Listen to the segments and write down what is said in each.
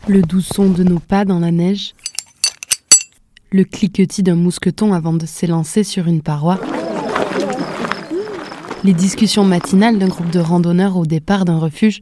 Le doux son de nos pas dans la neige, le cliquetis d'un mousqueton avant de s'élancer sur une paroi, les discussions matinales d'un groupe de randonneurs au départ d'un refuge,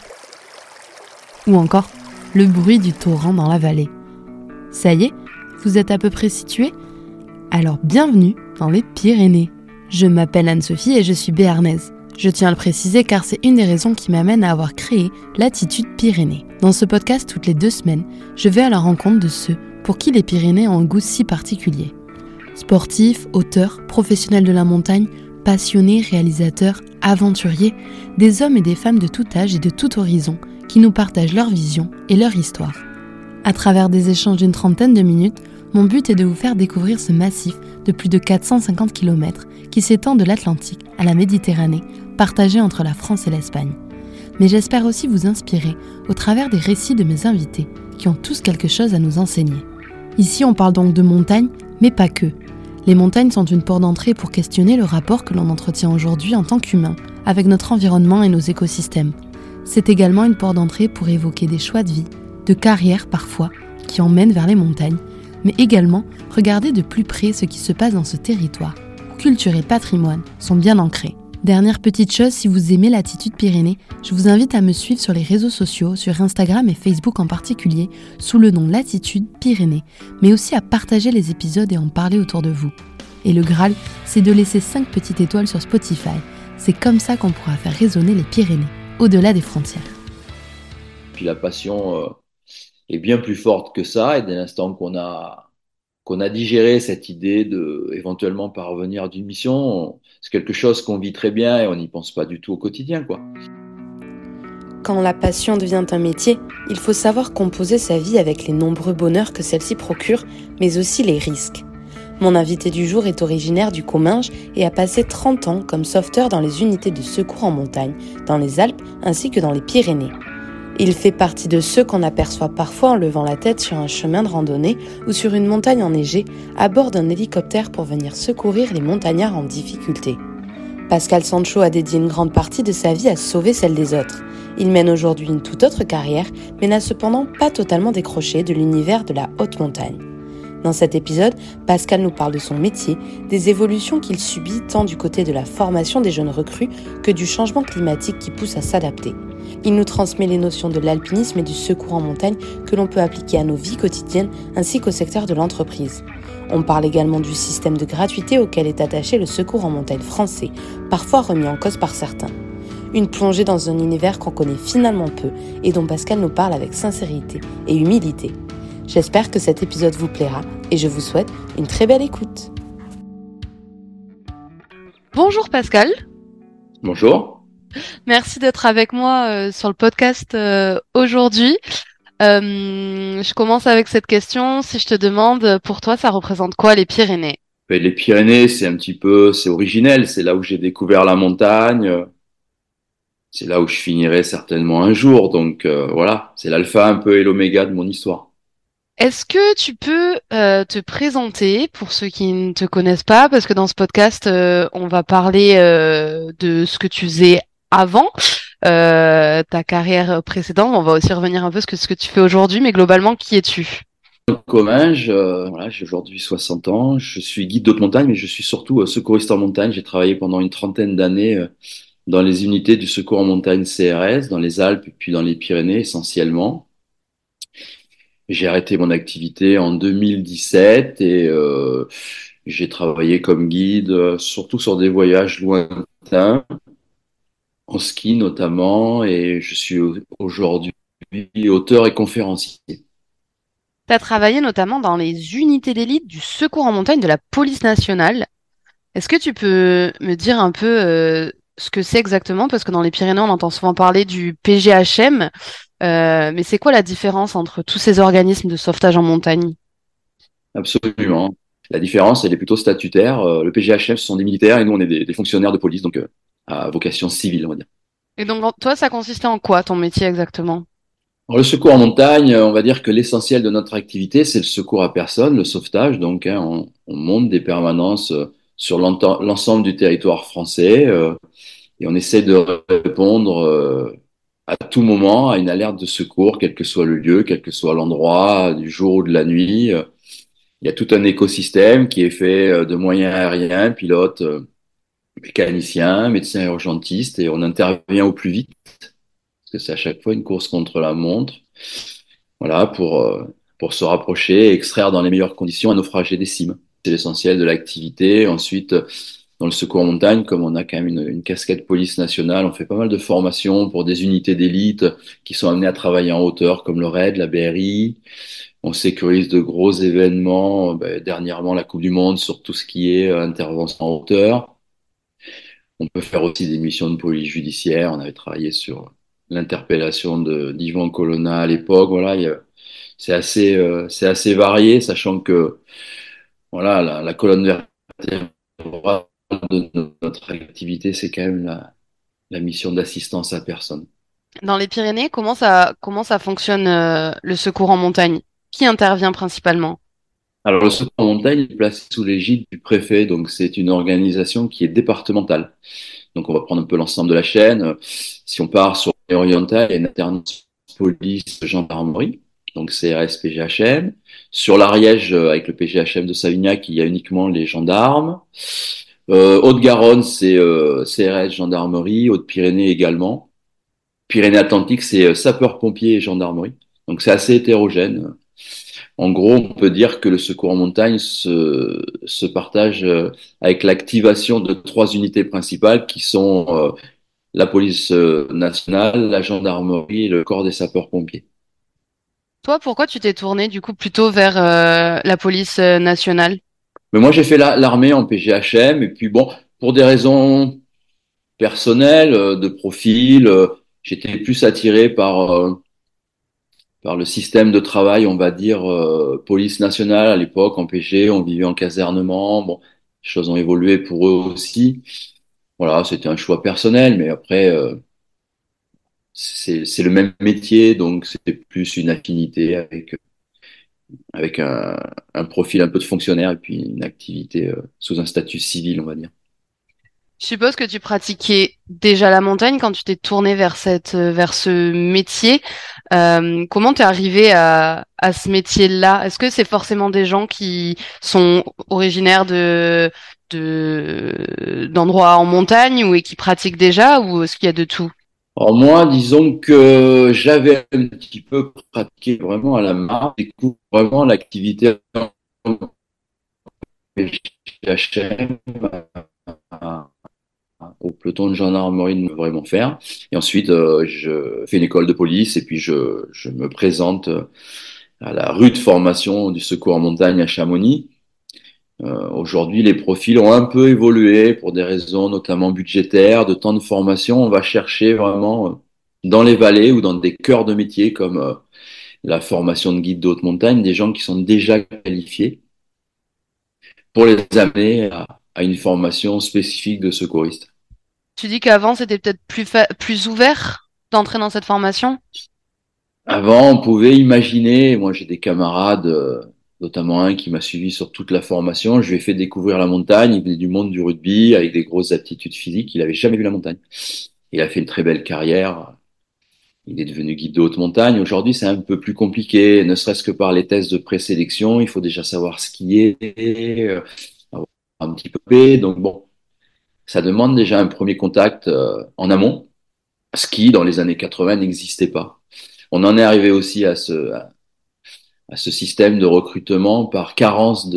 ou encore le bruit du torrent dans la vallée. Ça y est, vous êtes à peu près situés ? Alors bienvenue dans les Pyrénées. Je m'appelle Anne-Sophie et je suis béarnaise. Je tiens à le préciser car c'est une des raisons qui m'amène à avoir créé l'Attitude Pyrénées. Dans ce podcast, toutes les 2 semaines, je vais à la rencontre de ceux pour qui les Pyrénées ont un goût si particulier. Sportifs, auteurs, professionnels de la montagne, passionnés, réalisateurs, aventuriers, des hommes et des femmes de tout âge et de tout horizon qui nous partagent leur vision et leur histoire. À travers des échanges d'une trentaine de minutes, mon but est de vous faire découvrir ce massif de plus de 450 km qui s'étend de l'Atlantique à la Méditerranée, partagé entre la France et l'Espagne. Mais j'espère aussi vous inspirer au travers des récits de mes invités qui ont tous quelque chose à nous enseigner. Ici, on parle donc de montagne, mais pas que. Les montagnes sont une porte d'entrée pour questionner le rapport que l'on entretient aujourd'hui en tant qu'humain avec notre environnement et nos écosystèmes. C'est également une porte d'entrée pour évoquer des choix de vie, de carrière parfois, qui emmènent vers les montagnes, mais également regarder de plus près ce qui se passe dans ce territoire, où culture et patrimoine sont bien ancrés. Dernière petite chose, si vous aimez l'Attitude Pyrénées, je vous invite à me suivre sur les réseaux sociaux, sur Instagram et Facebook en particulier, sous le nom l'Attitude Pyrénées, mais aussi à partager les épisodes et en parler autour de vous. Et le Graal, c'est de laisser 5 petites étoiles sur Spotify. C'est comme ça qu'on pourra faire résonner les Pyrénées, au-delà des frontières. Puis la passion est bien plus forte que ça, et dès l'instant qu'on a digéré cette idée de éventuellement parvenir d'une mission, c'est quelque chose qu'on vit très bien et on n'y pense pas du tout au quotidien, quoi. Quand la passion devient un métier, il faut savoir composer sa vie avec les nombreux bonheurs que celle-ci procure, mais aussi les risques. Mon invité du jour est originaire du Comminges et a passé 30 ans comme sauveteur dans les unités de secours en montagne, dans les Alpes ainsi que dans les Pyrénées. Il fait partie de ceux qu'on aperçoit parfois en levant la tête sur un chemin de randonnée ou sur une montagne enneigée, à bord d'un hélicoptère pour venir secourir les montagnards en difficulté. Pascal Sancho a dédié une grande partie de sa vie à sauver celle des autres. Il mène aujourd'hui une toute autre carrière, mais n'a cependant pas totalement décroché de l'univers de la haute montagne. Dans cet épisode, Pascal nous parle de son métier, des évolutions qu'il subit tant du côté de la formation des jeunes recrues que du changement climatique qui pousse à s'adapter. Il nous transmet les notions de l'alpinisme et du secours en montagne que l'on peut appliquer à nos vies quotidiennes ainsi qu'au secteur de l'entreprise. On parle également du système de gratuité auquel est attaché le secours en montagne français, parfois remis en cause par certains. Une plongée dans un univers qu'on connaît finalement peu et dont Pascal nous parle avec sincérité et humilité. J'espère que cet épisode vous plaira et je vous souhaite une très belle écoute. Bonjour Pascal. Bonjour. Merci d'être avec moi sur le podcast aujourd'hui. Je commence avec cette question. Si je te demande, pour toi, ça représente quoi les Pyrénées ? Les Pyrénées, c'est originel, c'est là où j'ai découvert la montagne, c'est là où je finirai certainement un jour, donc voilà, c'est l'alpha un peu et l'oméga de mon histoire. Est-ce que tu peux te présenter pour ceux qui ne te connaissent pas, parce que dans ce podcast, on va parler de ce que tu faisais avant, ta carrière précédente. On va aussi revenir un peu sur ce que tu fais aujourd'hui, mais globalement, qui es-tu ? Comminges, voilà, j'ai aujourd'hui 60 ans, je suis guide d'haute montagne, mais je suis surtout secouriste en montagne. J'ai travaillé pendant une trentaine d'années dans les unités du secours en montagne CRS, dans les Alpes et puis dans les Pyrénées essentiellement. J'ai arrêté mon activité en 2017 et j'ai travaillé comme guide, surtout sur des voyages lointains, en ski notamment, et je suis aujourd'hui auteur et conférencier. Tu as travaillé notamment dans les unités d'élite du secours en montagne de la police nationale. Est-ce que tu peux me dire un peu ce que c'est exactement? Parce que dans les Pyrénées, on entend souvent parler du PGHM. Mais c'est quoi la différence entre tous ces organismes de sauvetage en montagne? Absolument. La différence, elle est plutôt statutaire. Le PGHM, ce sont des militaires et nous, on est des fonctionnaires de police, donc à vocation civile, on va dire. Et donc, toi, ça consistait en quoi, ton métier exactement? Alors, le secours en montagne, on va dire que l'essentiel de notre activité, c'est le secours à personne, le sauvetage. Donc, on monte des permanences sur l'ensemble du territoire français et on essaie de répondre à tout moment à une alerte de secours, quel que soit le lieu, quel que soit l'endroit, du jour ou de la nuit. Il y a tout un écosystème qui est fait de moyens aériens, pilotes, mécaniciens, médecins urgentistes, et on intervient au plus vite, parce que c'est à chaque fois une course contre la montre, voilà, pour se rapprocher et extraire dans les meilleures conditions un naufragé des cimes. C'est l'essentiel de l'activité. Ensuite, dans le secours en montagne, comme on a quand même une casquette police nationale, on fait pas mal de formations pour des unités d'élite qui sont amenées à travailler en hauteur, comme le RAID, la BRI. On sécurise de gros événements, dernièrement la Coupe du Monde sur tout ce qui est intervention en hauteur. On peut faire aussi des missions de police judiciaire. On avait travaillé sur l'interpellation de d'Yvan Colonna à l'époque. Voilà, c'est assez varié, sachant que voilà, la colonne vertébrale de notre activité, c'est quand même la mission d'assistance à personne. Dans les Pyrénées, comment ça fonctionne le secours en montagne? Qui intervient principalement? Alors, le secours en montagne est placé sous l'égide du préfet, donc c'est une organisation qui est départementale. Donc, on va prendre un peu l'ensemble de la chaîne. Si on part sur l'oriental, il y a une alternance police-gendarmerie, donc CRS PGHM. Sur l'Ariège, avec le PGHM de Savignac, il y a uniquement les gendarmes. Haute-Garonne, c'est CRS gendarmerie. Haute-Pyrénées également. Pyrénées-Atlantiques, c'est sapeurs-pompiers et gendarmerie. Donc, c'est assez hétérogène. En gros, on peut dire que le secours en montagne se partage avec l'activation de trois unités principales qui sont la police nationale, la gendarmerie et le corps des sapeurs-pompiers. Toi, pourquoi tu t'es tourné du coup plutôt vers la police nationale? Mais moi, j'ai fait l'armée en PGHM et puis bon, pour des raisons personnelles, de profil, j'étais plus attiré par le système de travail, on va dire, police nationale à l'époque, en PG, on vivait en casernement. Bon, les choses ont évolué pour eux aussi. Voilà, c'était un choix personnel, mais après, c'est le même métier, donc c'est plus une affinité avec un profil un peu de fonctionnaire et puis une activité sous un statut civil, on va dire. Je suppose que tu pratiquais déjà la montagne quand tu t'es tourné vers vers ce métier. Comment t'es arrivé à ce métier-là? Est-ce que c'est forcément des gens qui sont originaires d'endroits en montagne ou et qui pratiquent déjà ou est-ce qu'il y a de tout? Alors moi, disons que j'avais un petit peu pratiqué vraiment à la marge, découvre vraiment l'activité en PHM, au peloton de gendarmerie de vraiment faire. Et ensuite, je fais une école de police et puis je me présente à la rude formation du secours en montagne à Chamonix. Aujourd'hui, les profils ont un peu évolué pour des raisons notamment budgétaires, de temps de formation. On va chercher vraiment dans les vallées ou dans des cœurs de métier comme la formation de guide de haute montagne, des gens qui sont déjà qualifiés pour les amener à une formation spécifique de secouriste. Tu dis qu'avant c'était peut-être plus ouvert d'entrer dans cette formation? Avant, on pouvait imaginer, moi j'ai des camarades, notamment un qui m'a suivi sur toute la formation, je lui ai fait découvrir la montagne, il venait du monde du rugby avec des grosses aptitudes physiques, il n'avait jamais vu la montagne. Il a fait une très belle carrière, il est devenu guide de haute montagne. Aujourd'hui, c'est un peu plus compliqué, ne serait-ce que par les tests de présélection, il faut déjà savoir skier, avoir un petit peu, donc bon, ça demande déjà un premier contact en amont. Ski, dans les années 80, n'existait pas. On en est arrivé aussi à ce système de recrutement par carence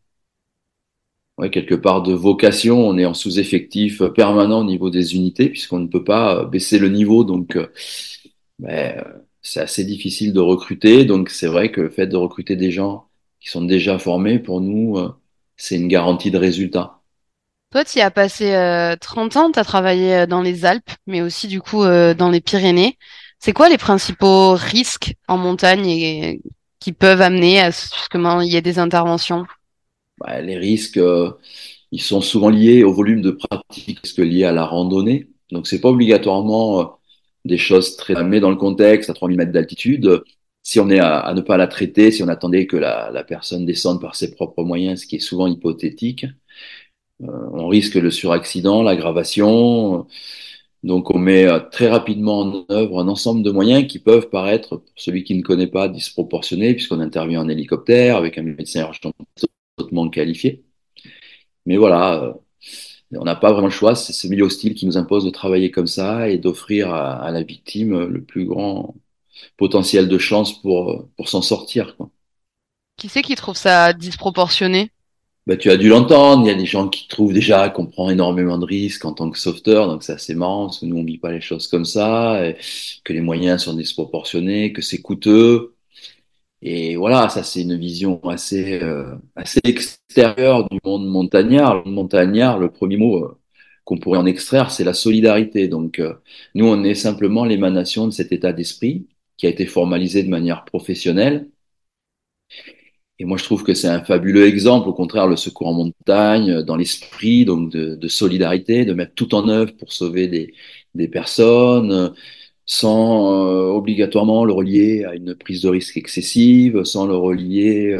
ouais, quelque part de vocation. On est en sous-effectif permanent au niveau des unités puisqu'on ne peut pas baisser le niveau. Donc, ben, c'est assez difficile de recruter. Donc, c'est vrai que le fait de recruter des gens qui sont déjà formés, pour nous, c'est une garantie de résultat. Toi, tu y as passé 30 ans, tu as travaillé dans les Alpes, mais aussi du coup dans les Pyrénées. C'est quoi les principaux risques en montagne et qui peuvent amener à ce qu'il y ait des interventions? Ben, les risques, ils sont souvent liés au volume de pratique, risques liés à la randonnée. Donc, c'est pas obligatoirement des choses très mais dans le contexte, à 3000 mètres d'altitude. Si on est à ne pas la traiter, si on attendait que la personne descende par ses propres moyens, ce qui est souvent hypothétique, on risque le suraccident, l'aggravation. Donc on met très rapidement en œuvre un ensemble de moyens qui peuvent paraître, pour celui qui ne connaît pas, disproportionnés, puisqu'on intervient en hélicoptère avec un médecin urgent hautement qualifié. Mais voilà, on n'a pas vraiment le choix, c'est ce milieu hostile qui nous impose de travailler comme ça et d'offrir à la victime le plus grand potentiel de chance pour s'en sortir, quoi. Qui c'est qui trouve ça disproportionné? Bah, tu as dû l'entendre, il y a des gens qui trouvent déjà qu'on prend énormément de risques en tant que sauveteur, donc c'est assez marrant, parce que nous on vit pas les choses comme ça, et que les moyens sont disproportionnés, que c'est coûteux. Et voilà, ça c'est une vision assez extérieure du monde montagnard. Le monde montagnard, le premier mot qu'on pourrait en extraire, c'est la solidarité. Donc nous, on est simplement l'émanation de cet état d'esprit qui a été formalisé de manière professionnelle. Et moi, je trouve que c'est un fabuleux exemple, au contraire, le secours en montagne, dans l'esprit donc de solidarité, de mettre tout en œuvre pour sauver des personnes, sans obligatoirement le relier à une prise de risque excessive, sans le relier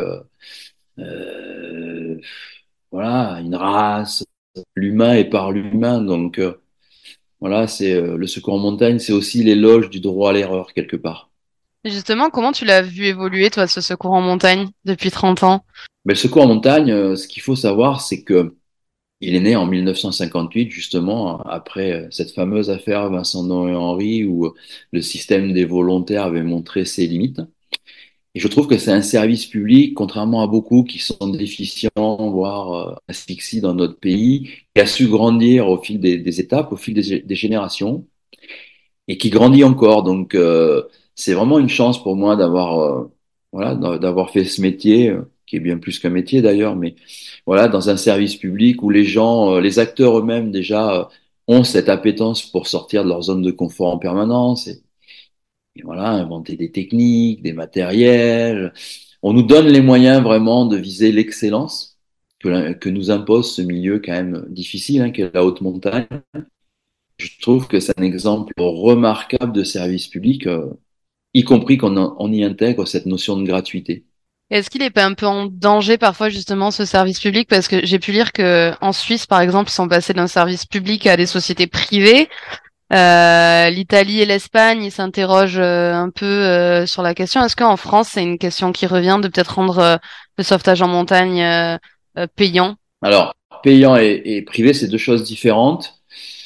euh, voilà, à une race. L'humain est par l'humain, donc voilà, c'est le secours en montagne, c'est aussi l'éloge du droit à l'erreur quelque part. Justement, comment tu l'as vu évoluer, toi, ce secours en montagne depuis 30 ans? Mais le secours en montagne, ce qu'il faut savoir, c'est que il est né en 1958, justement, après cette fameuse affaire Vincent Noé Henry, où le système des volontaires avait montré ses limites. Et je trouve que c'est un service public, contrairement à beaucoup qui sont déficients, voire asphyxiés dans notre pays, qui a su grandir au fil des étapes, au fil des générations, et qui grandit encore. Donc, c'est vraiment une chance pour moi voilà, d'avoir fait ce métier, qui est bien plus qu'un métier d'ailleurs, mais voilà, dans un service public où les gens, les acteurs eux-mêmes déjà ont cette appétence pour sortir de leur zone de confort en permanence et voilà, inventer des techniques, des matériels. On nous donne les moyens vraiment de viser l'excellence que nous impose ce milieu quand même difficile, hein, qu'est la haute montagne. Je trouve que c'est un exemple remarquable de service public, y compris on y intègre cette notion de gratuité. Est-ce qu'il est pas un peu en danger parfois justement ce service public? Parce que j'ai pu lire que en Suisse, par exemple, ils sont passés d'un service public à des sociétés privées. L'Italie et l'Espagne, ils s'interrogent un peu sur la question. Est-ce qu'en France, c'est une question qui revient de peut-être rendre le sauvetage en montagne payant? Alors, payant et privé, c'est deux choses différentes.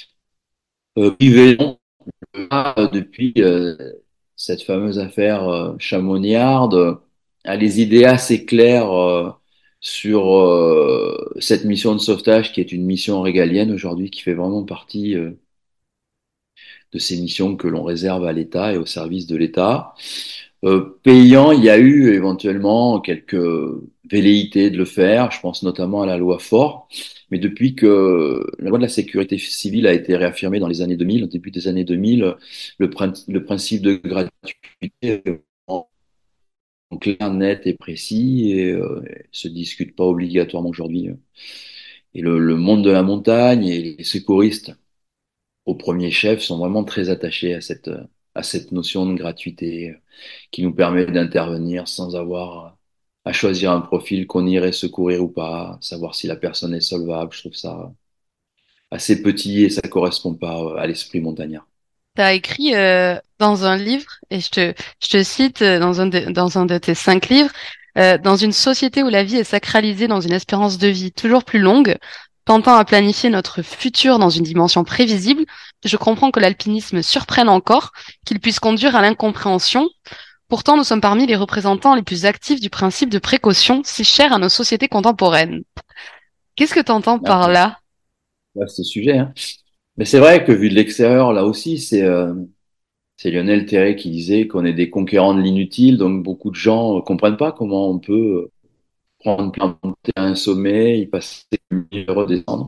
Privé, non. Depuis cette fameuse affaire Chamoniard, a les idées assez claires sur cette mission de sauvetage qui est une mission régalienne aujourd'hui, qui fait vraiment partie de ces missions que l'on réserve à l'État et au service de l'État. Payant, il y a eu éventuellement quelques velléités de le faire, je pense notamment à la loi Faure, mais depuis que la loi de la sécurité civile a été réaffirmée dans les années 2000, au début des années 2000, le principe de gratuité est en clair, net et précis et se discute pas obligatoirement aujourd'hui. Et le monde de la montagne et les secouristes au premier chef sont vraiment très attachés à cette notion de gratuité qui nous permet d'intervenir sans avoir à choisir un profil qu'on irait secourir ou pas, savoir si la personne est solvable. Je trouve ça assez petit et ça correspond pas à l'esprit montagnard. Tu as écrit dans un livre, et je te cite dans un de tes 5 livres, dans une société où la vie est sacralisée dans une espérance de vie toujours plus longue, tentant à planifier notre futur dans une dimension prévisible, je comprends que l'alpinisme surprenne encore, qu'il puisse conduire à l'incompréhension. Pourtant, nous sommes parmi les représentants les plus actifs du principe de précaution, si cher à nos sociétés contemporaines. Qu'est-ce que tu entends Ah, par là? ce sujet, hein. Mais c'est vrai que vu de l'extérieur, là aussi, c'est Lionel Terray qui disait qu'on est des conquérants de l'inutile, donc beaucoup de gens comprennent pas comment on peut prendre plein monter à un sommet, y passer 1000 heures, redescendre.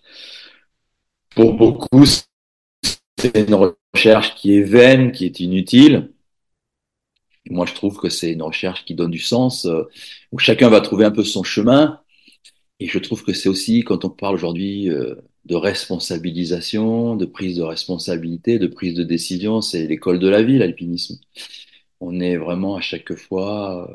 Pour beaucoup, c'est une recherche qui est vaine, qui est inutile. Et moi, je trouve que c'est une recherche qui donne du sens, où chacun va trouver un peu son chemin. Et je trouve que c'est aussi, quand on parle aujourd'hui de responsabilisation, de prise de responsabilité, de prise de décision, c'est l'école de la vie, l'alpinisme. On est vraiment à chaque fois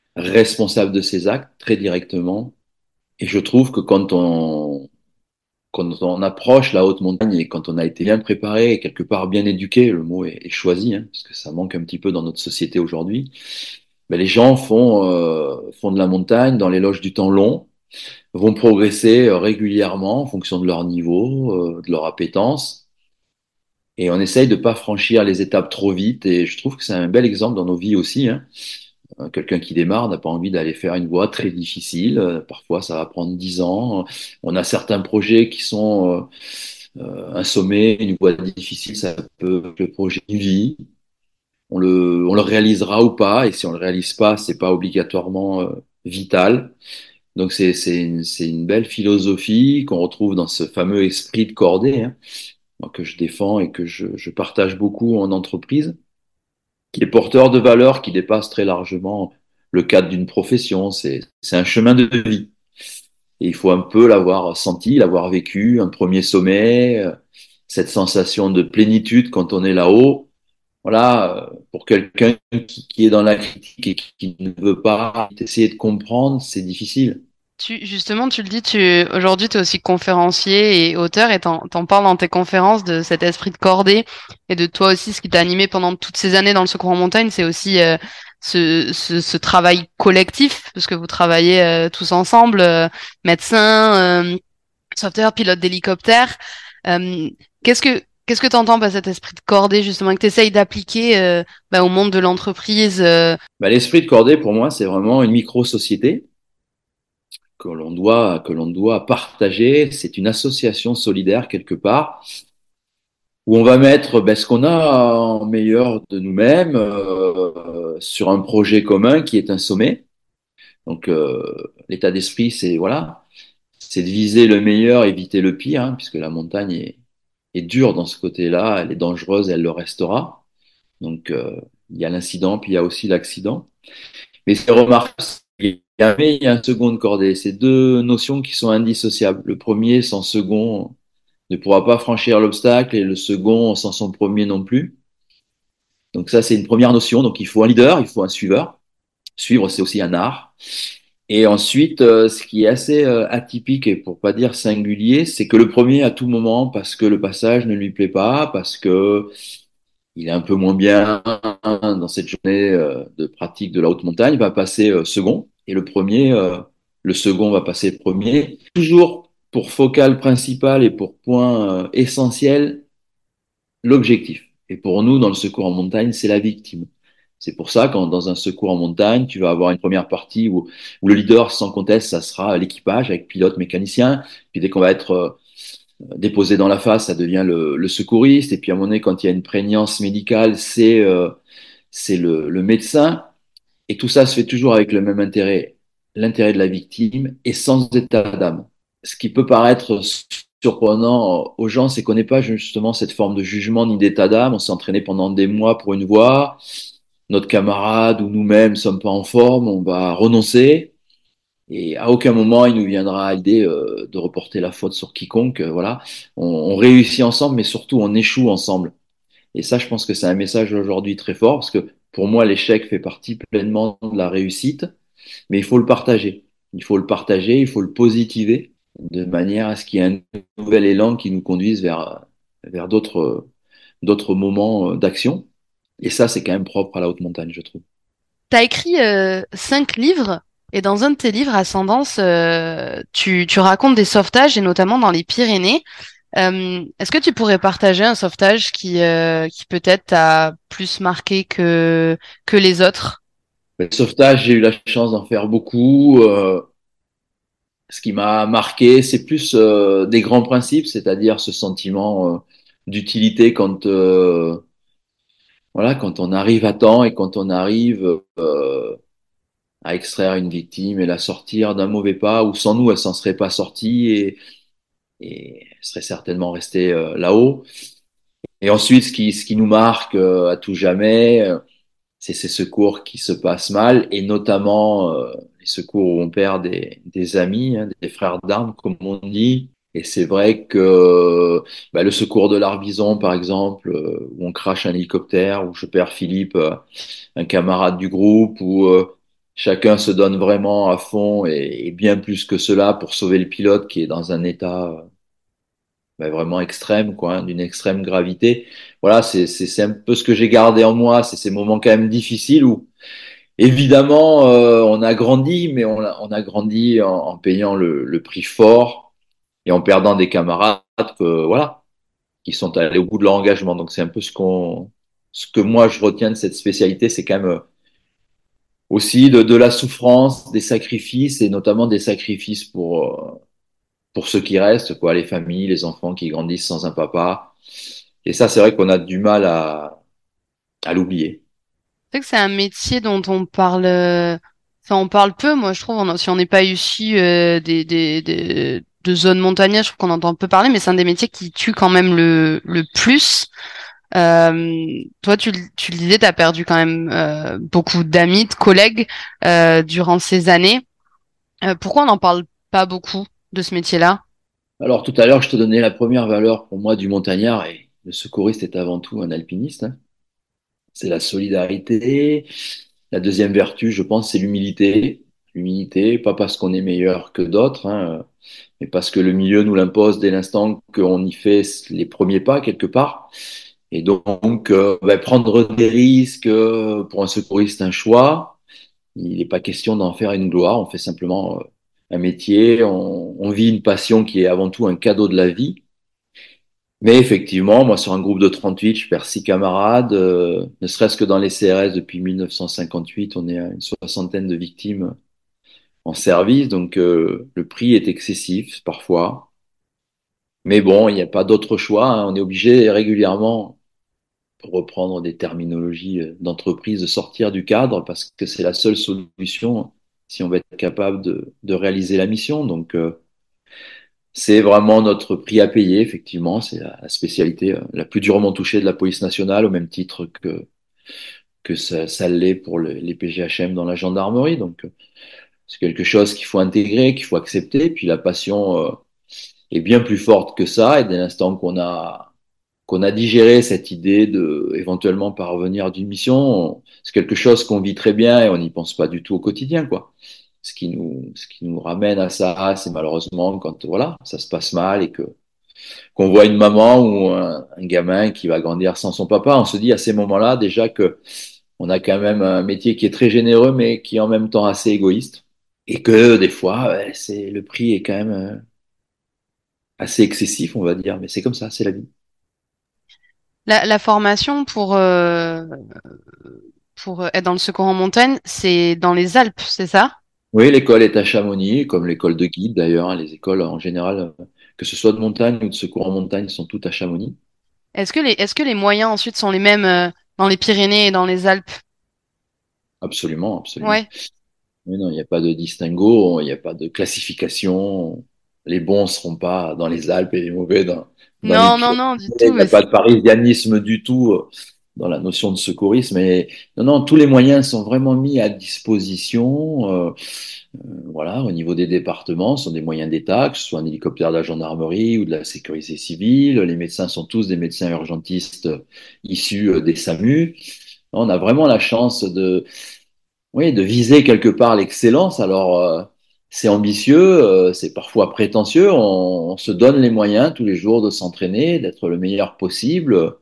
responsable de ses actes très directement. Et je trouve que quand quand on approche la haute montagne et quand on a été bien préparé et quelque part bien éduqué, le mot est choisi, hein, parce que ça manque un petit peu dans notre société aujourd'hui, ben les gens font de la montagne dans l'éloge du temps long, vont progresser régulièrement en fonction de leur niveau, de leur appétence. Et on essaye de pas franchir les étapes trop vite. Et je trouve que c'est un bel exemple dans nos vies aussi, hein. Quelqu'un qui démarre n'a pas envie d'aller faire une voie très difficile. Parfois, ça va prendre 10 ans. On a certains projets qui sont un sommet, une voie difficile. Ça peut être le projet de vie. On le réalisera ou pas. Et si on le réalise pas, c'est pas obligatoirement vital. Donc c'est une belle philosophie qu'on retrouve dans ce fameux esprit de cordée, hein, que je défends et que je partage beaucoup en entreprise, qui est porteur de valeurs qui dépassent très largement le cadre d'une profession. C'est un chemin de vie. Et il faut un peu l'avoir senti, l'avoir vécu, un premier sommet, cette sensation de plénitude quand on est là-haut. Voilà, pour quelqu'un qui est dans la critique et qui ne veut pas essayer de comprendre, c'est difficile. Justement, tu le dis, aujourd'hui, tu es aussi conférencier et auteur et t'en parles dans tes conférences de cet esprit de cordée et de toi aussi, ce qui t'a animé pendant toutes ces années dans le secours en montagne, c'est aussi ce travail collectif, parce que vous travaillez tous ensemble, médecins, sauveteurs, pilotes d'hélicoptère. Euh, qu'est-ce que tu entends par cet esprit de cordée, justement, que tu essayes d'appliquer au monde de l'entreprise Bah, l'esprit de cordée, pour moi, c'est vraiment une micro-société que l'on doit partager. C'est une association solidaire quelque part où on va mettre ce qu'on a en meilleur de nous-mêmes sur un projet commun qui est un sommet. Donc l'état d'esprit, c'est voilà, c'est de viser le meilleur, éviter le pire, hein, puisque la montagne est dure dans ce côté-là, elle est dangereuse, elle le restera. Donc il y a l'incident, puis il y a aussi l'accident. Mais c'est remarquable, il y a un second de cordée. C'est deux notions qui sont indissociables. Le premier sans second ne pourra pas franchir l'obstacle et le second sans son premier non plus. Donc ça, c'est une première notion. Donc il faut un leader, il faut un suiveur. Suivre, c'est aussi un art. Et ensuite, ce qui est assez atypique et pour pas dire singulier, c'est que le premier, à tout moment, parce que le passage ne lui plaît pas, parce que il est un peu moins bien dans cette journée de pratique de la haute montagne, va passer second. Et le second va passer premier. Toujours pour focale principale et pour point essentiel, l'objectif. Et pour nous, dans le secours en montagne, c'est la victime. C'est pour ça, quand dans un secours en montagne, tu vas avoir une première partie où le leader, sans conteste, ça sera l'équipage avec pilote, mécanicien. Puis dès qu'on va être déposé dans la face, ça devient le secouriste. Et puis à un moment donné, quand il y a une prégnance médicale, c'est le médecin. Et tout ça se fait toujours avec le même intérêt, l'intérêt de la victime et sans état d'âme. Ce qui peut paraître surprenant aux gens, c'est qu'on n'ait pas justement cette forme de jugement ni d'état d'âme. On s'est entraîné pendant des mois pour une voie. Notre camarade ou nous-mêmes sommes pas en forme, on va renoncer. Et à aucun moment il nous viendra à l'idée de reporter la faute sur quiconque. Voilà, on réussit ensemble, mais surtout on échoue ensemble. Et ça, je pense que c'est un message aujourd'hui très fort parce que pour moi, l'échec fait partie pleinement de la réussite, mais il faut le partager. Il faut le partager, il faut le positiver de manière à ce qu'il y ait un nouvel élan qui nous conduise vers d'autres moments d'action. Et ça, c'est quand même propre à la haute montagne, je trouve. T'as écrit 5 livres et dans un de tes livres, Ascendance, tu racontes des sauvetages et notamment dans les Pyrénées. Est-ce que tu pourrais partager un sauvetage qui peut-être t'a plus marqué que les autres? Le sauvetage, j'ai eu la chance d'en faire beaucoup. Ce qui m'a marqué, c'est plus des grands principes, c'est-à-dire ce sentiment d'utilité quand on arrive à temps et quand on arrive à extraire une victime et la sortir d'un mauvais pas, où sans nous, elle s'en serait pas sortie et elle serait certainement restée là-haut. Et ensuite, ce qui nous marque à tout jamais, c'est ces secours qui se passent mal, et notamment les secours où on perd des amis, hein, des frères d'armes, comme on dit. Et c'est vrai que le secours de l'Arbizon, par exemple, où on crache un hélicoptère, où je perds Philippe, un camarade du groupe, où chacun se donne vraiment à fond et bien plus que cela pour sauver le pilote qui est dans un état vraiment extrême, quoi, hein, d'une extrême gravité. Voilà, c'est un peu ce que j'ai gardé en moi, c'est ces moments quand même difficiles où, évidemment, on a grandi, mais on a grandi en payant le prix fort et en perdant des camarades que, voilà, qui sont allés au bout de leur engagement. Donc, c'est un peu ce que moi je retiens de cette spécialité, c'est quand même aussi de la souffrance, des sacrifices et notamment des sacrifices pour ceux qui restent, quoi, les familles, les enfants qui grandissent sans un papa. Et ça, c'est vrai qu'on a du mal à l'oublier. C'est vrai que c'est un métier dont on parle, enfin, on parle peu, moi, je trouve, si on n'est pas issu de zones montagneuses, je trouve qu'on entend peu parler, mais c'est un des métiers qui tue quand même le plus. Toi, tu le disais, tu as perdu quand même beaucoup d'amis, de collègues durant ces années. Pourquoi on n'en parle pas beaucoup de ce métier-là? Alors, tout à l'heure, je te donnais la première valeur pour moi du montagnard et le secouriste est avant tout un alpiniste, hein. C'est la solidarité. La deuxième vertu, je pense, c'est l'humilité. L'humilité, pas parce qu'on est meilleur que d'autres, hein, mais parce que le milieu nous l'impose dès l'instant qu'on y fait les premiers pas quelque part. Et donc, prendre des risques pour un secouriste, un choix. Il n'est pas question d'en faire une gloire. On fait simplement un métier. On vit une passion qui est avant tout un cadeau de la vie. Mais effectivement, moi, sur un groupe de 38, je perds 6 camarades. Ne serait-ce que dans les CRS, depuis 1958, on est à une soixantaine de victimes en service. Donc, le prix est excessif parfois. Mais bon, il n'y a pas d'autre choix, hein. On est obligé régulièrement, pour reprendre des terminologies d'entreprise, de sortir du cadre parce que c'est la seule solution si on va être capable de réaliser la mission. Donc, c'est vraiment notre prix à payer, effectivement. C'est la spécialité la plus durement touchée de la police nationale, au même titre que ça l'est pour les PGHM dans la gendarmerie. Donc, c'est quelque chose qu'il faut intégrer, qu'il faut accepter. Puis la passion est bien plus forte que ça. Et dès l'instant qu'on a digéré cette idée de éventuellement parvenir d'une mission, c'est quelque chose qu'on vit très bien et on n'y pense pas du tout au quotidien, quoi. Ce qui nous ramène à ça, c'est malheureusement quand voilà, ça se passe mal et que qu'on voit une maman ou un gamin qui va grandir sans son papa, on se dit à ces moments-là déjà que on a quand même un métier qui est très généreux mais qui est en même temps assez égoïste et que des fois, ouais, c'est le prix est quand même assez excessif, on va dire, mais c'est comme ça, c'est la vie. La formation pour être dans le secours en montagne, c'est dans les Alpes, c'est ça? Oui, l'école est à Chamonix, comme l'école de guide d'ailleurs, hein. Les écoles en général, que ce soit de montagne ou de secours en montagne, sont toutes à Chamonix. Est-ce que les moyens ensuite sont les mêmes dans les Pyrénées et dans les Alpes? Absolument, absolument. Ouais. Mais non, il n'y a pas de distinguo, il n'y a pas de classification. Les bons ne seront pas dans les Alpes et les mauvais dans les Non, non, Pyrénées. non, du Il tout. n'y a pas de parisianisme du tout dans la notion de secourisme. Mais non, non, tous les moyens sont vraiment mis à disposition. Voilà, au niveau des départements, ce sont des moyens d'État, que ce soit un hélicoptère de la gendarmerie ou de la sécurité civile. Les médecins sont tous des médecins urgentistes issus des SAMU. On a vraiment la chance oui, de viser quelque part l'excellence. Alors, c'est ambitieux, c'est parfois prétentieux. On se donne les moyens tous les jours de s'entraîner, d'être le meilleur possible.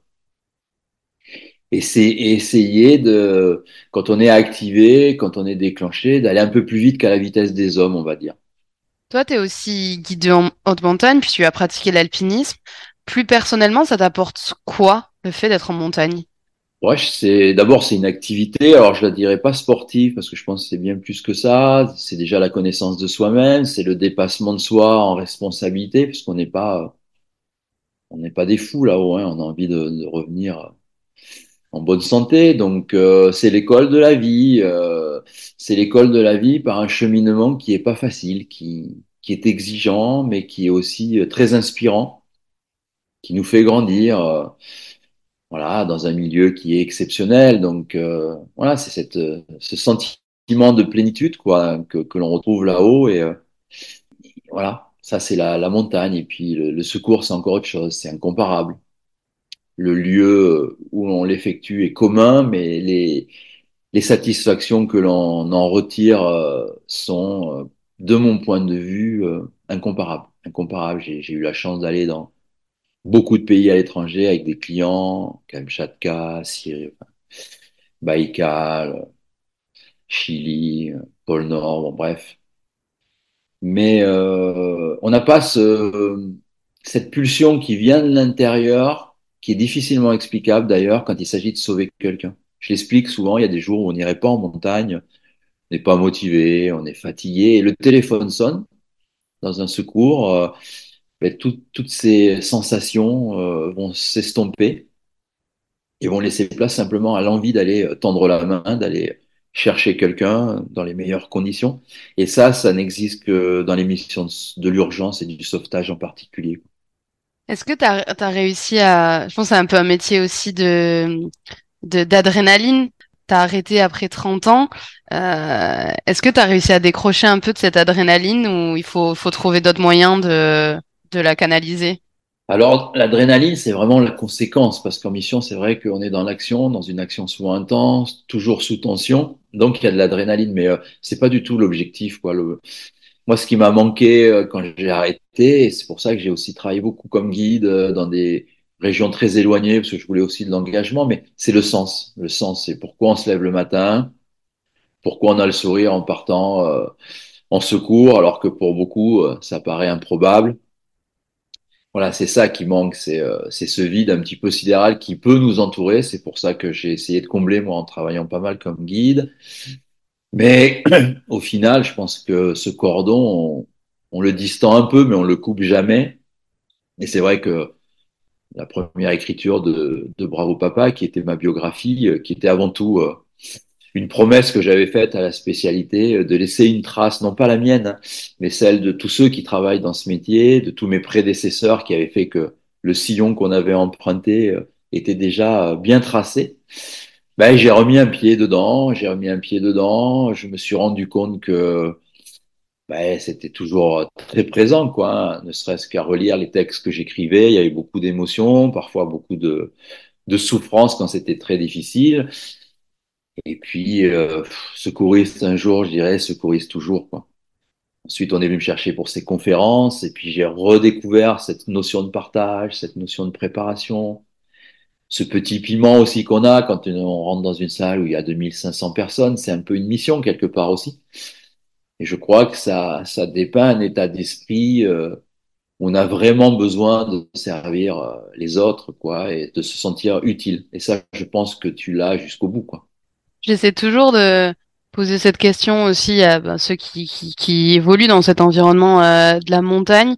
Et c'est essayer de, quand on est activé, quand on est déclenché, d'aller un peu plus vite qu'à la vitesse des hommes, on va dire. Toi, tu es aussi guide en haute montagne, puis tu as pratiqué l'alpinisme. Plus personnellement, ça t'apporte quoi, le fait d'être en montagne? Ouais, d'abord c'est une activité. Alors je la dirais pas sportive parce que je pense que c'est bien plus que ça. C'est déjà la connaissance de soi-même, c'est le dépassement de soi en responsabilité, parce on n'est pas des fous là-haut, hein. On a envie de revenir en bonne santé. Donc c'est l'école de la vie. C'est l'école de la vie par un cheminement qui est pas facile, qui est exigeant, mais qui est aussi très inspirant, qui nous fait grandir. Voilà, dans un milieu qui est exceptionnel. Donc voilà, c'est ce sentiment de plénitude quoi que l'on retrouve là-haut et voilà, ça c'est la montagne et puis le secours c'est encore autre chose, c'est incomparable. Le lieu où on l'effectue est commun, mais les satisfactions que l'on en retire sont, de mon point de vue, incomparables. Incomparables. J'ai eu la chance d'aller beaucoup de pays à l'étranger avec des clients, Kamchatka, Syrie, Baïkal, Chili, pôle Nord, bon, bref. Mais on n'a pas cette pulsion qui vient de l'intérieur, qui est difficilement explicable d'ailleurs quand il s'agit de sauver quelqu'un. Je l'explique souvent, il y a des jours où on n'irait pas en montagne, on n'est pas motivé, on est fatigué, et le téléphone sonne dans un secours, ben, toutes ces sensations vont s'estomper et vont laisser place simplement à l'envie d'aller tendre la main, d'aller chercher quelqu'un dans les meilleures conditions. Et ça n'existe que dans les missions de l'urgence et du sauvetage en particulier. Est-ce que tu as réussi à... Je pense que c'est un peu un métier aussi d'adrénaline. Tu as arrêté après 30 ans. Est-ce que tu as réussi à décrocher un peu de cette adrénaline ou faut trouver d'autres moyens de la canaliser? Alors, l'adrénaline, c'est vraiment la conséquence, parce qu'en mission, c'est vrai qu'on est dans l'action, dans une action souvent intense, toujours sous tension, donc il y a de l'adrénaline, mais c'est pas du tout l'objectif, quoi. Moi, ce qui m'a manqué quand j'ai arrêté, et c'est pour ça que j'ai aussi travaillé beaucoup comme guide dans des régions très éloignées, parce que je voulais aussi de l'engagement, mais c'est le sens. Le sens, c'est pourquoi on se lève le matin, pourquoi on a le sourire en partant en secours, alors que pour beaucoup, ça paraît improbable. Voilà, c'est ça qui manque, c'est ce vide un petit peu sidéral qui peut nous entourer. C'est pour ça que j'ai essayé de combler, moi, en travaillant pas mal comme guide. Mais au final, je pense que ce cordon, on le distend un peu, mais on le coupe jamais. Et c'est vrai que la première écriture de Bravo Papa, qui était ma biographie, qui était avant tout une promesse que j'avais faite à la spécialité, de laisser une trace, non pas la mienne, hein, mais celle de tous ceux qui travaillent dans ce métier, de tous mes prédécesseurs qui avaient fait que le sillon qu'on avait emprunté était déjà bien tracé. Ben, j'ai remis un pied dedans, j'ai remis un pied dedans, je me suis rendu compte que ben, c'était toujours très présent, quoi, hein, ne serait-ce qu'à relire les textes que j'écrivais, il y avait beaucoup d'émotions, parfois beaucoup de souffrance quand c'était très difficile. Et puis, secouriste un jour, je dirais, secouriste toujours, quoi. Ensuite, on est venu me chercher pour ces conférences, et puis j'ai redécouvert cette notion de partage, cette notion de préparation, ce petit piment aussi qu'on a quand on rentre dans une salle où il y a 2500 personnes, c'est un peu une mission quelque part aussi. Et je crois que ça dépeint un état d'esprit où on a vraiment besoin de servir les autres, quoi, et de se sentir utile. Et ça, je pense que tu l'as jusqu'au bout, quoi. J'essaie toujours de poser cette question aussi à ben, ceux qui évoluent dans cet environnement de la montagne,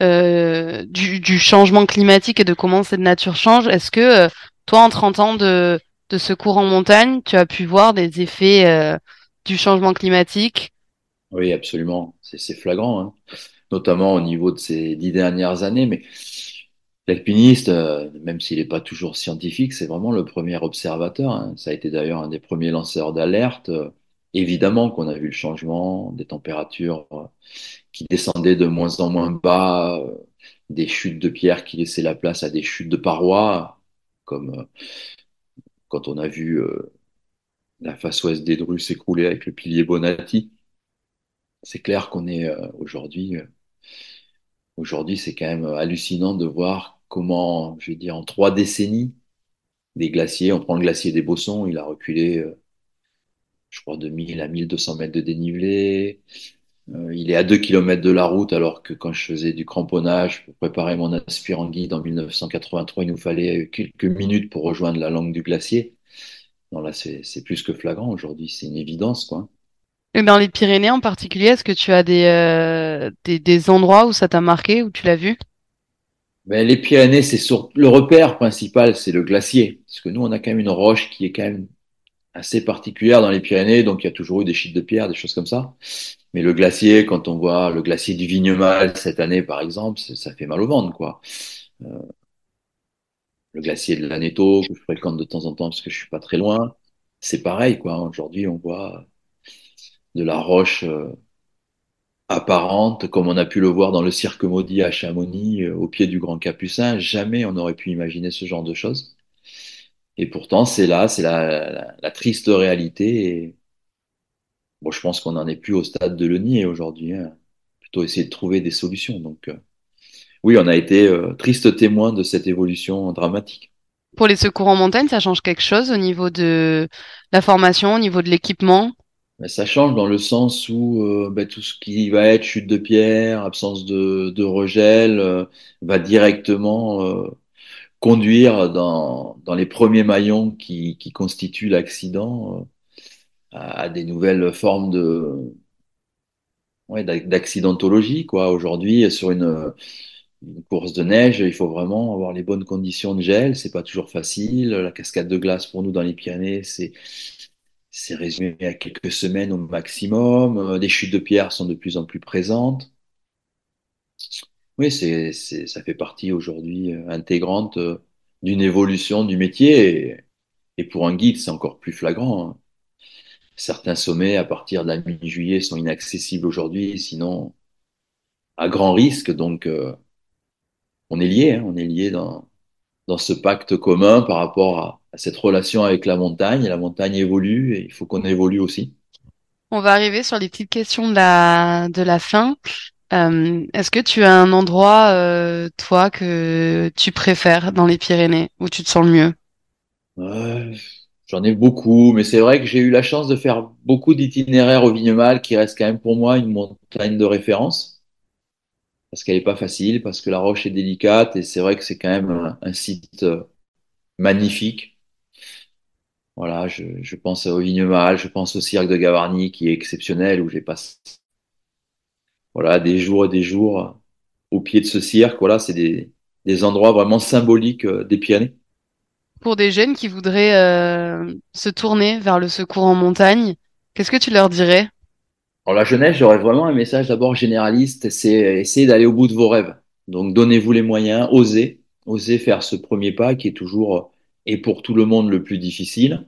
du changement climatique et de comment cette nature change. Est-ce que toi, en 30 ans de secours en montagne, tu as pu voir des effets du changement climatique? Oui, absolument. C'est flagrant, hein, notamment au niveau de ces 10 dernières années. Mais l'alpiniste, même s'il n'est pas toujours scientifique, c'est vraiment le premier observateur, hein. Ça a été d'ailleurs un des premiers lanceurs d'alerte. Évidemment qu'on a vu le changement des températures qui descendaient de moins en moins bas, des chutes de pierres qui laissaient la place à des chutes de parois, comme quand on a vu la face ouest des Drus s'écrouler avec le pilier Bonatti. C'est clair qu'on est aujourd'hui, c'est quand même hallucinant de voir comment, je veux dire, en 3 décennies, des glaciers, on prend le glacier des Bossons, il a reculé, je crois, de 1000 à 1200 mètres de dénivelé. Il est à 2 kilomètres de la route, alors que quand je faisais du cramponnage pour préparer mon aspirant guide en 1983, il nous fallait quelques minutes pour rejoindre la langue du glacier. Non, là, c'est plus que flagrant aujourd'hui, c'est une évidence, quoi. Et dans les Pyrénées en particulier, est-ce que tu as des endroits où ça t'a marqué, où tu l'as vu? Ben, les Pyrénées, c'est sur le repère principal, c'est le glacier. Parce que nous, on a quand même une roche qui est quand même assez particulière dans les Pyrénées, donc il y a toujours eu des chutes de pierre, des choses comme ça. Mais le glacier, quand on voit le glacier du Vignemale cette année, par exemple, ça fait mal au ventre, quoi. Euh, le glacier de l'Aneto, que je fréquente de temps en temps parce que je suis pas très loin, c'est pareil, quoi. Aujourd'hui, on voit de la roche apparente, comme on a pu le voir dans le Cirque Maudit à Chamonix, au pied du Grand Capucin. Jamais on n'aurait pu imaginer ce genre de choses. Et pourtant, c'est là, c'est la triste réalité. Et bon, je pense qu'on n'en est plus au stade de le nier aujourd'hui, hein. Plutôt essayer de trouver des solutions. Donc, oui, on a été triste témoin de cette évolution dramatique. Pour les secours en montagne, ça change quelque chose au niveau de la formation, au niveau de l'équipement? Mais ça change dans le sens où tout ce qui va être chute de pierre, absence de regel, va directement conduire dans les premiers maillons qui constituent l'accident à des nouvelles formes d'accidentologie, quoi. Aujourd'hui, sur une course de neige, il faut vraiment avoir les bonnes conditions de gel. C'est pas toujours facile. La cascade de glace pour nous dans les Pyrénées, c'est résumé à quelques semaines au maximum. Les chutes de pierre sont de plus en plus présentes. Oui, ça fait partie aujourd'hui intégrante d'une évolution du métier. Et pour un guide, c'est encore plus flagrant, hein. Certains sommets, à partir de la mi-juillet, sont inaccessibles aujourd'hui, sinon à grand risque. Donc, on est lié, hein, on est lié dans ce pacte commun par rapport à cette relation avec la montagne. Et la montagne évolue et il faut qu'on évolue aussi. On va arriver sur les petites questions de la fin. Est-ce que tu as un endroit, toi, que tu préfères dans les Pyrénées, où tu te sens le mieux? Ouais, j'en ai beaucoup, mais c'est vrai que j'ai eu la chance de faire beaucoup d'itinéraires au Vignemale, qui reste quand même pour moi une montagne de référence, parce qu'elle n'est pas facile, parce que la roche est délicate, et c'est vrai que c'est quand même un site magnifique. Voilà, je pense au Vignemale, je pense au cirque de Gavarnie, qui est exceptionnel, où j'ai passé voilà, des jours et des jours au pied de ce cirque. Voilà, c'est des endroits vraiment symboliques des Pyrénées. Pour des jeunes qui voudraient se tourner vers le secours en montagne, qu'est-ce que tu leur dirais? Pour la jeunesse, j'aurais vraiment un message d'abord généraliste, c'est essayer d'aller au bout de vos rêves. Donc donnez-vous les moyens, osez faire ce premier pas qui est toujours et pour tout le monde le plus difficile.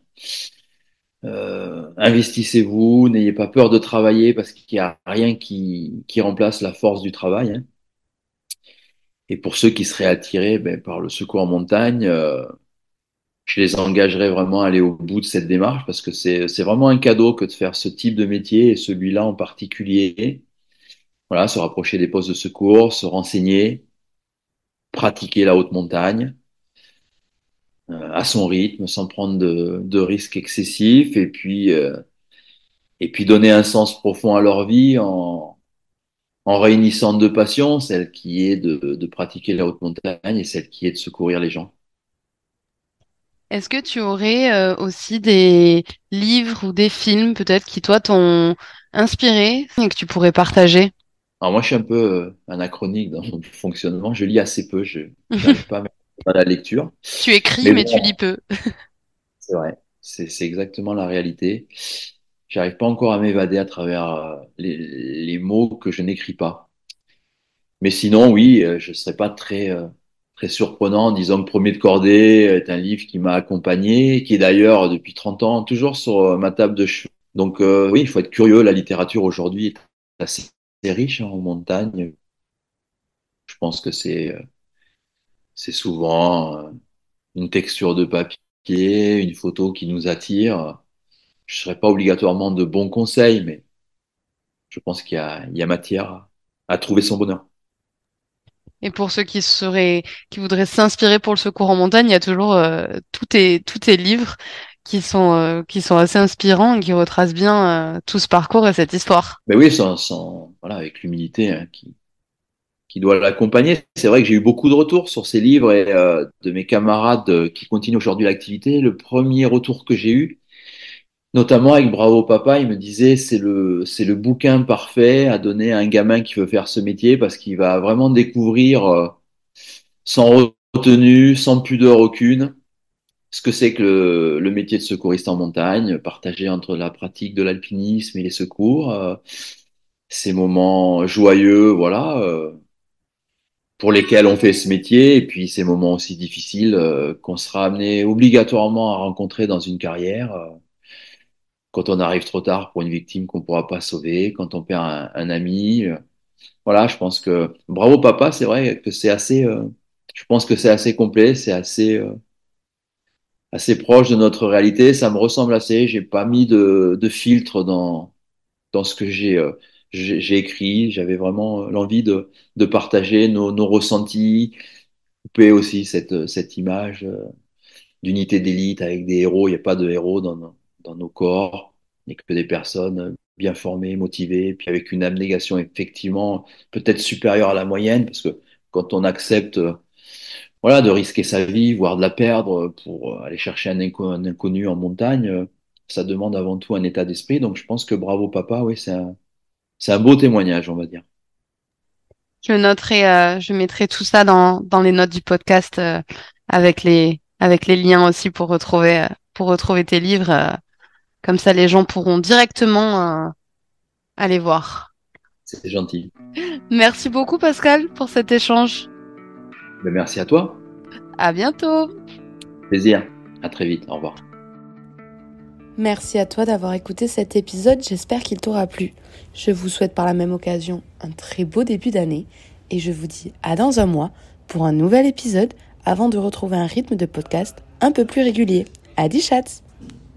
Investissez-vous, n'ayez pas peur de travailler parce qu'il n'y a rien qui remplace la force du travail, hein. Et pour ceux qui seraient attirés par le secours en montagne, je les engagerais vraiment à aller au bout de cette démarche parce que c'est vraiment un cadeau que de faire ce type de métier et celui-là en particulier. Voilà, se rapprocher des postes de secours, se renseigner, pratiquer la haute montagne à son rythme, sans prendre de risques excessifs, et puis donner un sens profond à leur vie en réunissant deux passions, celle qui est de pratiquer la haute montagne et celle qui est de secourir les gens. Est-ce que tu aurais aussi des livres ou des films peut-être qui toi t'ont inspiré et que tu pourrais partager? Alors moi, je suis un peu anachronique dans mon fonctionnement. Je lis assez peu. Je n'arrive pas à mettre à la lecture. Tu écris Mais mais tu lis bon, peu. c'est vrai. C'est exactement la réalité. J'arrive pas encore à m'évader à travers les mots que je n'écris pas. Mais sinon, oui, je serais pas très surprenant en disant que Premier de Cordée est un livre qui m'a accompagné, qui est d'ailleurs depuis 30 ans toujours sur ma table de chevet. Donc oui, il faut être curieux. La littérature aujourd'hui est assez riche, hein, en montagne. Je pense que c'est souvent une texture de papier, une photo qui nous attire. Je ne serais pas obligatoirement de bons conseils, mais je pense il y a matière à trouver son bonheur. Et pour ceux qui voudraient s'inspirer pour le secours en montagne, il y a toujours tous tes livres qui sont assez inspirants et qui retracent bien tout ce parcours et cette histoire. Mais oui, voilà, avec l'humilité, hein, qui doit l'accompagner. C'est vrai que j'ai eu beaucoup de retours sur ces livres et de mes camarades qui continuent aujourd'hui l'activité. Le premier retour que j'ai eu, notamment avec Bravo Papa, il me disait c'est le bouquin parfait à donner à un gamin qui veut faire ce métier parce qu'il va vraiment découvrir sans retenue, sans pudeur aucune, ce que c'est que le métier de secouriste en montagne, partagé entre la pratique de l'alpinisme et les secours, ces moments joyeux, voilà, pour lesquels on fait ce métier, et puis ces moments aussi difficiles qu'on sera amené obligatoirement à rencontrer dans une carrière, quand on arrive trop tard pour une victime qu'on ne pourra pas sauver, quand on perd un ami. Voilà, je pense que Bravo Papa, c'est vrai que c'est assez, je pense que c'est assez complet, c'est assez proche de notre réalité. Ça me ressemble assez. J'ai pas mis de filtre dans ce que j'ai j'ai écrit, j'avais vraiment l'envie de partager nos ressentis, couper aussi cette image d'unité d'élite avec des héros. Il n'y a pas de héros dans nos corps, il n'y a que des personnes bien formées, motivées, puis avec une abnégation effectivement peut-être supérieure à la moyenne, parce que quand on accepte voilà, de risquer sa vie, voire de la perdre pour aller chercher un inconnu en montagne, ça demande avant tout un état d'esprit. Donc je pense que bravo papa, oui, c'est un beau témoignage, on va dire. Je mettrai tout ça dans les notes du podcast avec les liens aussi pour retrouver tes livres. Comme ça, les gens pourront directement aller voir. C'est gentil. Merci beaucoup, Pascal, pour cet échange. Ben, merci à toi. À bientôt. Plaisir. À très vite. Au revoir. Merci à toi d'avoir écouté cet épisode, j'espère qu'il t'aura plu. Je vous souhaite par la même occasion un très beau début d'année et je vous dis à dans un mois pour un nouvel épisode avant de retrouver un rythme de podcast un peu plus régulier. Adi chats!